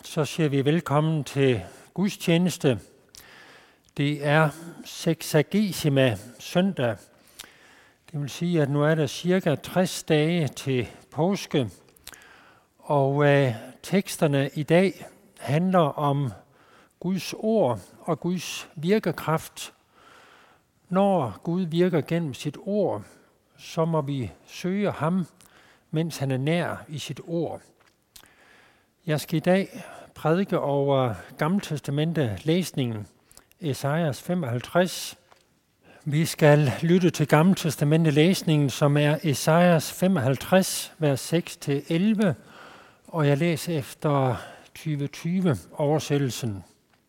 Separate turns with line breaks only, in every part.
Så siger vi velkommen til gudstjeneste. Det er Sexagesima søndag. Det vil sige, at nu er der cirka 60 dage til påske. Og teksterne i dag handler om Guds ord og Guds virkekraft. Når Gud virker gennem sit ord, så må vi søge ham, mens han er nær i sit ord. Jeg skal i dag prædike over Gammeltestamentet læsningen, Esajas 55. Vi skal lytte til Gammeltestamentet læsningen, som er Esajas 55, vers 6-11, og jeg læser efter 2020 oversættelsen.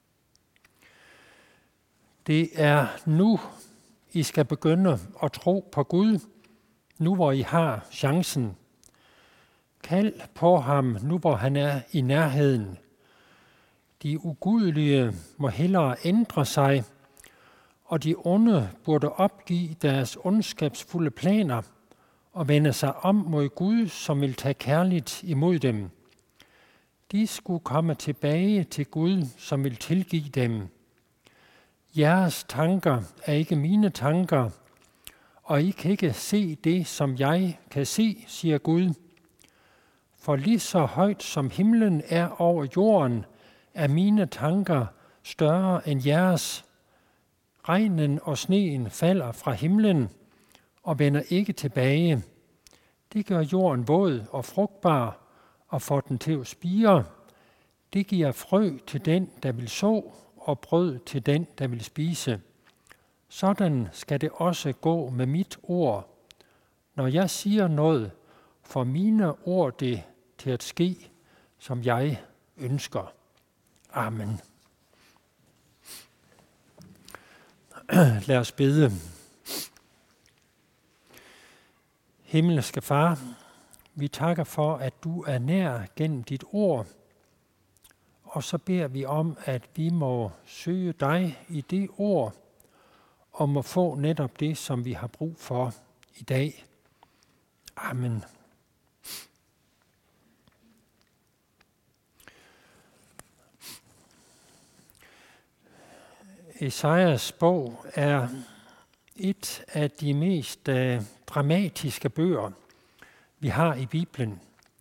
Det er nu, I skal begynde at tro på Gud, nu hvor I har chancen. Kald på ham, nu hvor han er i nærheden. De ugudelige må hellere ændre sig, og de onde burde opgive deres ondskabsfulde planer og vende sig om mod Gud, som vil tage kærligt imod dem. De skulle komme tilbage til Gud, som vil tilgive dem. Jeres tanker er ikke mine tanker, og I kan ikke se det, som jeg kan se, siger Gud. For lige så højt som himlen er over jorden, er mine tanker større end jeres. Regnen og sneen falder fra himlen og vender ikke tilbage. Det gør jorden våd og frugtbar og får den til at spire. Det giver frø til den, der vil så, og brød til den, der vil spise. Sådan skal det også gå med mit ord. Når jeg siger noget, får mine ord det til at ske, som jeg ønsker. Amen. Lad os bede. Himmelske Far, vi takker for, at du er nær gennem dit ord, og så beder vi om, at vi må søge dig i det ord, og må få netop det, som vi har brug for i dag. Amen. Esajas bog er et af de mest dramatiske bøger, vi har i Bibelen.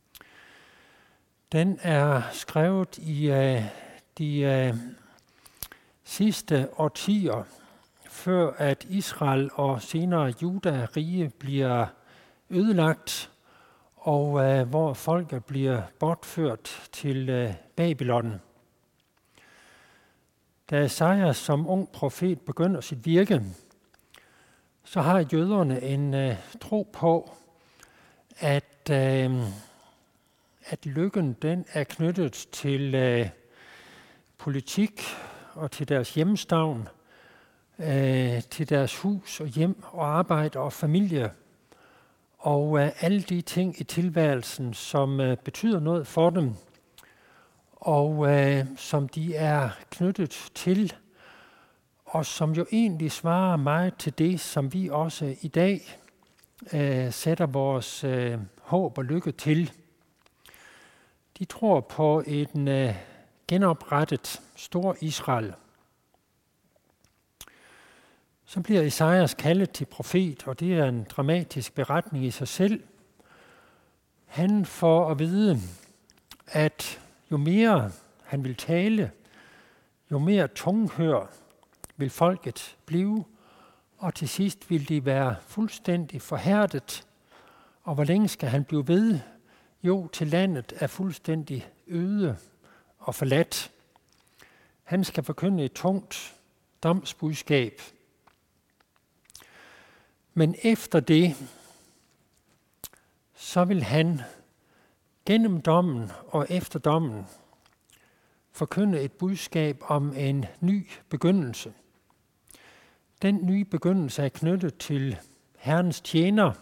Den er skrevet i de sidste årtier, før at Israel og senere Juda-rige bliver ødelagt, og hvor folket bliver bortført til Babylon. Da Esajas som ung profet begynder sit virke, så har jøderne en tro på, at lykken den er knyttet til politik og til deres hjemstavn, til deres hus og hjem og arbejde og familie, og alle de ting i tilværelsen, som betyder noget for dem, og som de er knyttet til, og som jo egentlig svarer meget til det, som vi også i dag sætter vores håb og lykke til. De tror på en genoprettet stor Israel. Så bliver Esajas kaldet til profet, og det er en dramatisk beretning i sig selv. Han får at vide, at jo mere han vil tale, jo mere tunghør vil folket blive, og til sidst vil de være fuldstændig forhærdet. Og hvor længe skal han blive ved? Jo, til landet er fuldstændig øde og forladt. Han skal forkynde et tungt domsbudskab. Men efter det, så vil han gennem dommen og efter dommen forkynde et budskab om en ny begyndelse. Den nye begyndelse er knyttet til Herrens tjener,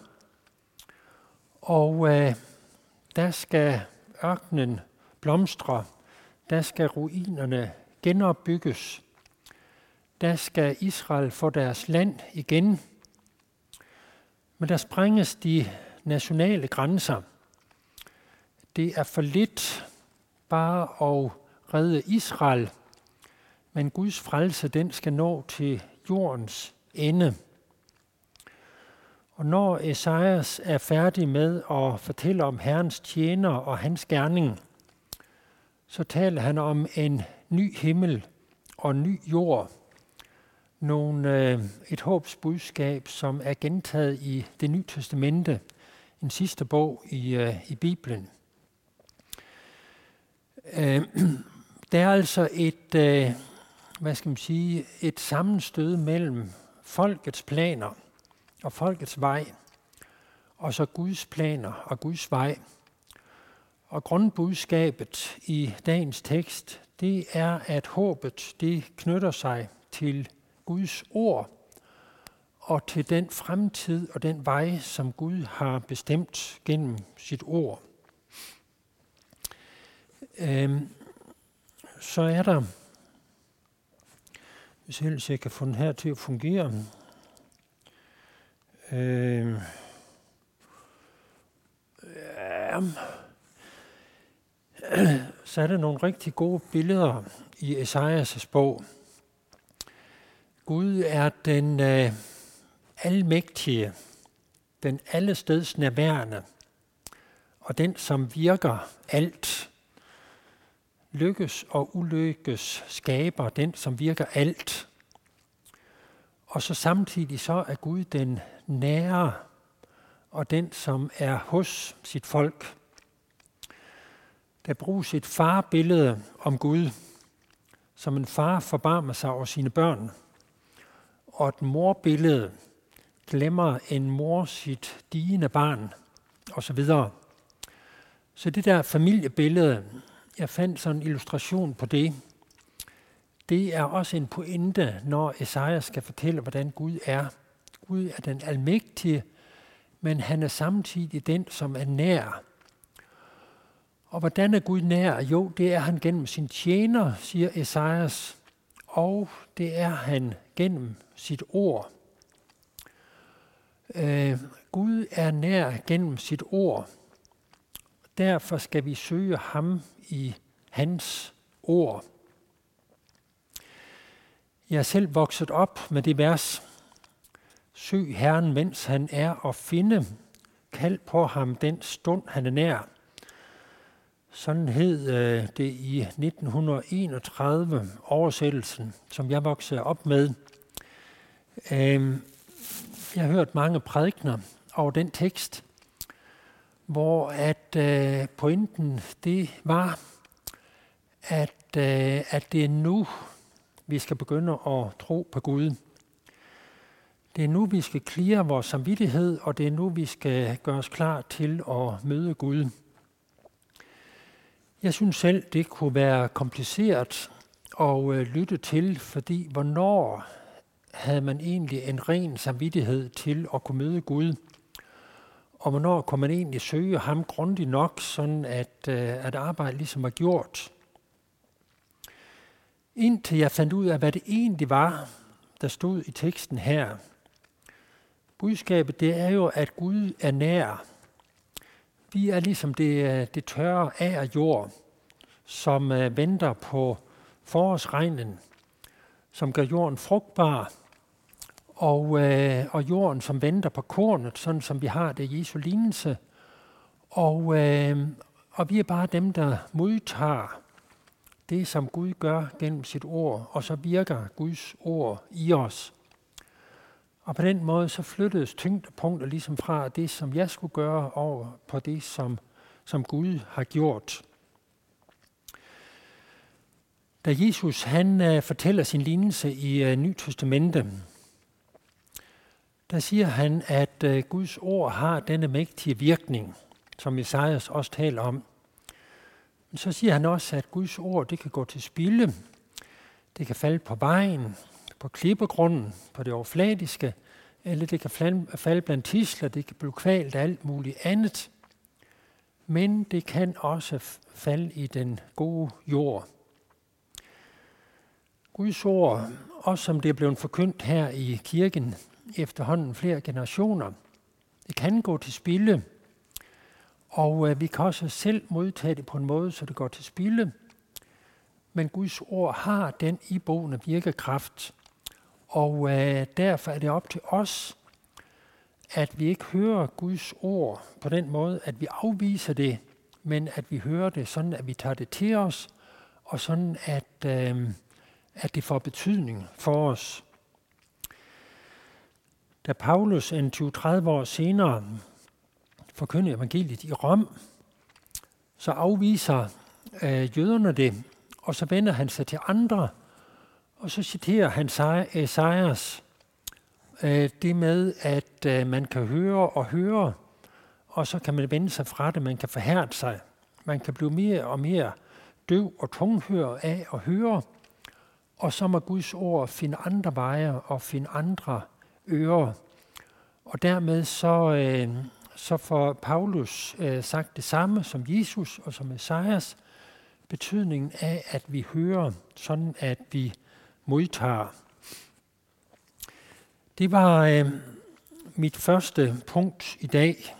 og der skal ørkenen blomstre, der skal ruinerne genopbygges, der skal Israel få deres land igen, men der sprænges de nationale grænser. Det er for lidt bare at redde Israel, men Guds frelse, den skal nå til jordens ende. Og når Esajas er færdig med at fortælle om Herrens tjener og hans gerning, så taler han om en ny himmel og en ny jord. Et håbsbudskab, som er gentaget i Det Nye Testamente, en sidste bog i Bibelen. Der er altså et sammenstød mellem folkets planer og folkets vej, og så Guds planer og Guds vej. Og grundbudskabet i dagens tekst, det er, at håbet, det knytter sig til Guds ord og til den fremtid og den vej, som Gud har bestemt gennem sit ord. Så er der, hvis jeg kan få den her til at fungere, så er der nogle rigtig gode billeder i Esajas bog. Gud er den almægtige, den allesteds nærværende, og den, som virker alt. Lykkes og ulykkes skaber, den, som virker alt. Og så samtidig så er Gud den nære, og den, som er hos sit folk. Der bruges et farbillede om Gud, som en far forbarmer sig over sine børn, og et morbillede glemmer en mor sit digende barn, osv. Så det der familiebillede, jeg fandt sådan en illustration på det, det er også en pointe, når Esajas skal fortælle, hvordan Gud er. Gud er den almægtige, men han er samtidig den, som er nær. Og hvordan er Gud nær? Jo, det er han gennem sin tjener, siger Esajas, og det er han gennem sit ord. Gud er nær gennem sit ord. Derfor skal vi søge ham i hans ord. Jeg er selv vokset op med det vers. Søg Herren, mens han er, og finde. Kald på ham den stund, han er nær. Sådan hed det i 1931, oversættelsen, som jeg voksede op med. Jeg har hørt mange prædikener over den tekst, hvor at pointen det var, at det er nu, vi skal begynde at tro på Gud. Det er nu, vi skal cleare vores samvittighed, og det er nu, vi skal gøre os klar til at møde Gud. Jeg synes selv, det kunne være kompliceret at lytte til, fordi hvornår havde man egentlig en ren samvittighed til at kunne møde Gud? Og hvornår kunne man egentlig søge ham grundigt nok, sådan at arbejdet ligesom var gjort? Indtil jeg fandt ud af, hvad det egentlig var, der stod i teksten her. Budskabet, det er jo, at Gud er nær. Vi er ligesom det tørre af jord, som venter på forårsregnen, som gør jorden frugtbar, og jorden, som venter på kornet, sådan som vi har det i Jesu lignelse. Og vi er bare dem, der modtager det, som Gud gør gennem sit ord, og så virker Guds ord i os. Og på den måde så flyttedes tyngdepunkter ligesom fra det, som jeg skulle gøre, over på det, som Gud har gjort. Da Jesus han fortæller sin lignelse i Nye Testamente, der siger han, at Guds ord har denne mægtige virkning, som Esajas også taler om. Men så siger han også, at Guds ord det kan gå til spilde. Det kan falde på vejen, på klippegrunden, på det overfladiske, eller det kan falde blandt tidsler, det kan blive kvalt af alt muligt andet. Men det kan også falde i den gode jord. Guds ord, også som det er blevet forkyndt her i kirken efterhånden flere generationer, det kan gå til spilde, Og vi kan også selv modtage det på en måde, så det går til spilde. Men Guds ord har den iboende virkekraft. Og derfor er det op til os, at vi ikke hører Guds ord på den måde, at vi afviser det, men at vi hører det sådan, at vi tager det til os, og sådan, at det får betydning for os. Da Paulus en 20-30 år senere forkynder evangeliet i Rom, så afviser jøderne det, og så vender han sig til andre, og så citerer han Esajas, det med, at man kan høre og høre, og så kan man vende sig fra det, man kan forhærde sig. Man kan blive mere og mere døv og tunghør af at høre, og så må Guds ord finde andre veje og finde andre ører. Og dermed så får Paulus sagt det samme som Jesus og som Esajas, betydningen af, at vi hører, sådan at vi modtager. Det var mit første punkt i dag.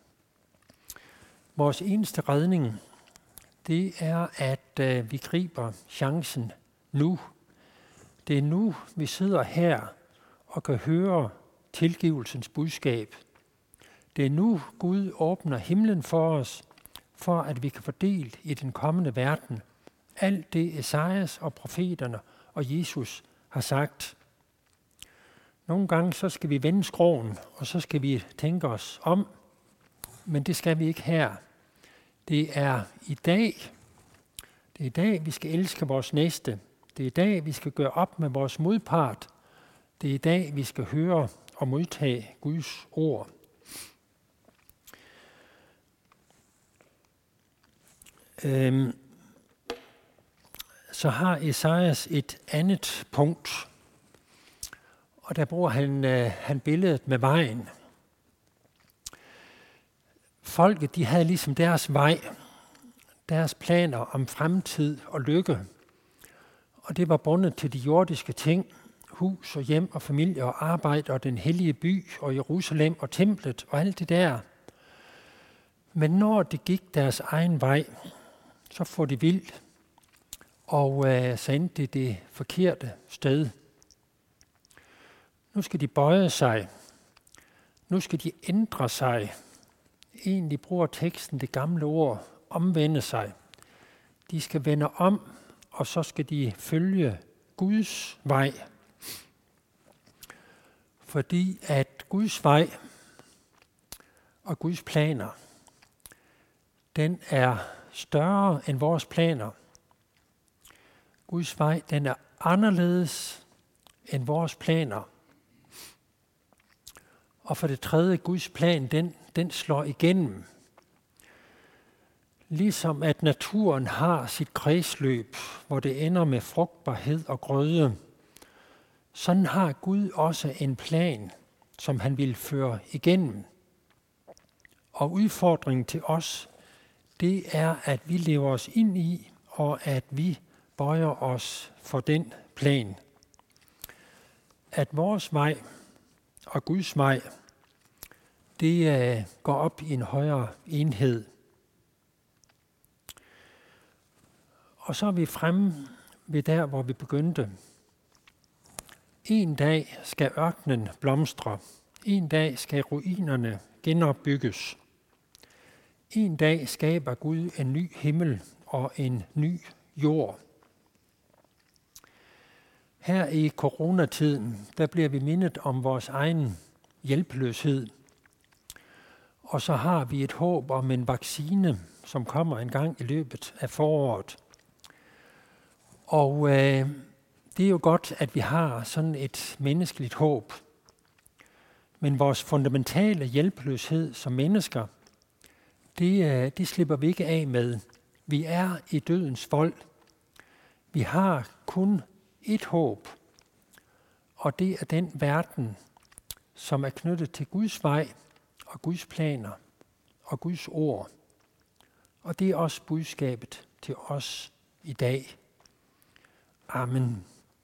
Vores eneste redning, det er, at vi griber chancen nu. Det er nu, vi sidder her og kan høre tilgivelsens budskab. Det er nu, Gud åbner himlen for os, for at vi kan få del i den kommende verden. Alt det Esajas og profeterne og Jesus har sagt. Nogle gange så skal vi vende skråen, og så skal vi tænke os om, men det skal vi ikke her. Det er i dag, vi skal elske vores næste. Det er i dag, vi skal gøre op med vores modpart. Det er i dag, vi skal høre og modtage Guds ord. Så har Esajas et andet punkt, og der bruger han billedet med vejen. Folket, de havde ligesom deres vej, deres planer om fremtid og lykke, og det var bundet til de jordiske ting, hus og hjem og familie og arbejde og den hellige by og Jerusalem og templet og alt det der. Men når det gik deres egen vej, så får de vildt, og så endte det forkerte sted. Nu skal de bøje sig. Nu skal de ændre sig. Egentlig bruger teksten det gamle ord, omvende sig. De skal vende om, og så skal de følge Guds vej. Fordi at Guds vej og Guds planer, den er større end vores planer. Guds vej, den er anderledes end vores planer. Og for det tredje, Guds plan, den slår igennem. Ligesom at naturen har sit kredsløb, hvor det ender med frugtbarhed og grøde, sådan har Gud også en plan, som han vil føre igennem. Og udfordringen til os, det er, at vi lever os ind i, og at vi bøjer os for den plan. At vores vej og Guds vej, det går op i en højere enhed. Og så er vi fremme ved der, hvor vi begyndte. En dag skal ørkenen blomstre. En dag skal ruinerne genopbygges. En dag skaber Gud en ny himmel og en ny jord. Her i coronatiden, der bliver vi mindet om vores egen hjælpeløshed. Og så har vi et håb om en vaccine, som kommer en gang i løbet af foråret. Og det er jo godt, at vi har sådan et menneskeligt håb. Men vores fundamentale hjælpeløshed som mennesker, det slipper vi ikke af med. Vi er i dødens vold. Vi har kun et håb, og det er den verden, som er knyttet til Guds vej og Guds planer og Guds ord. Og det er også budskabet til os i dag. Amen.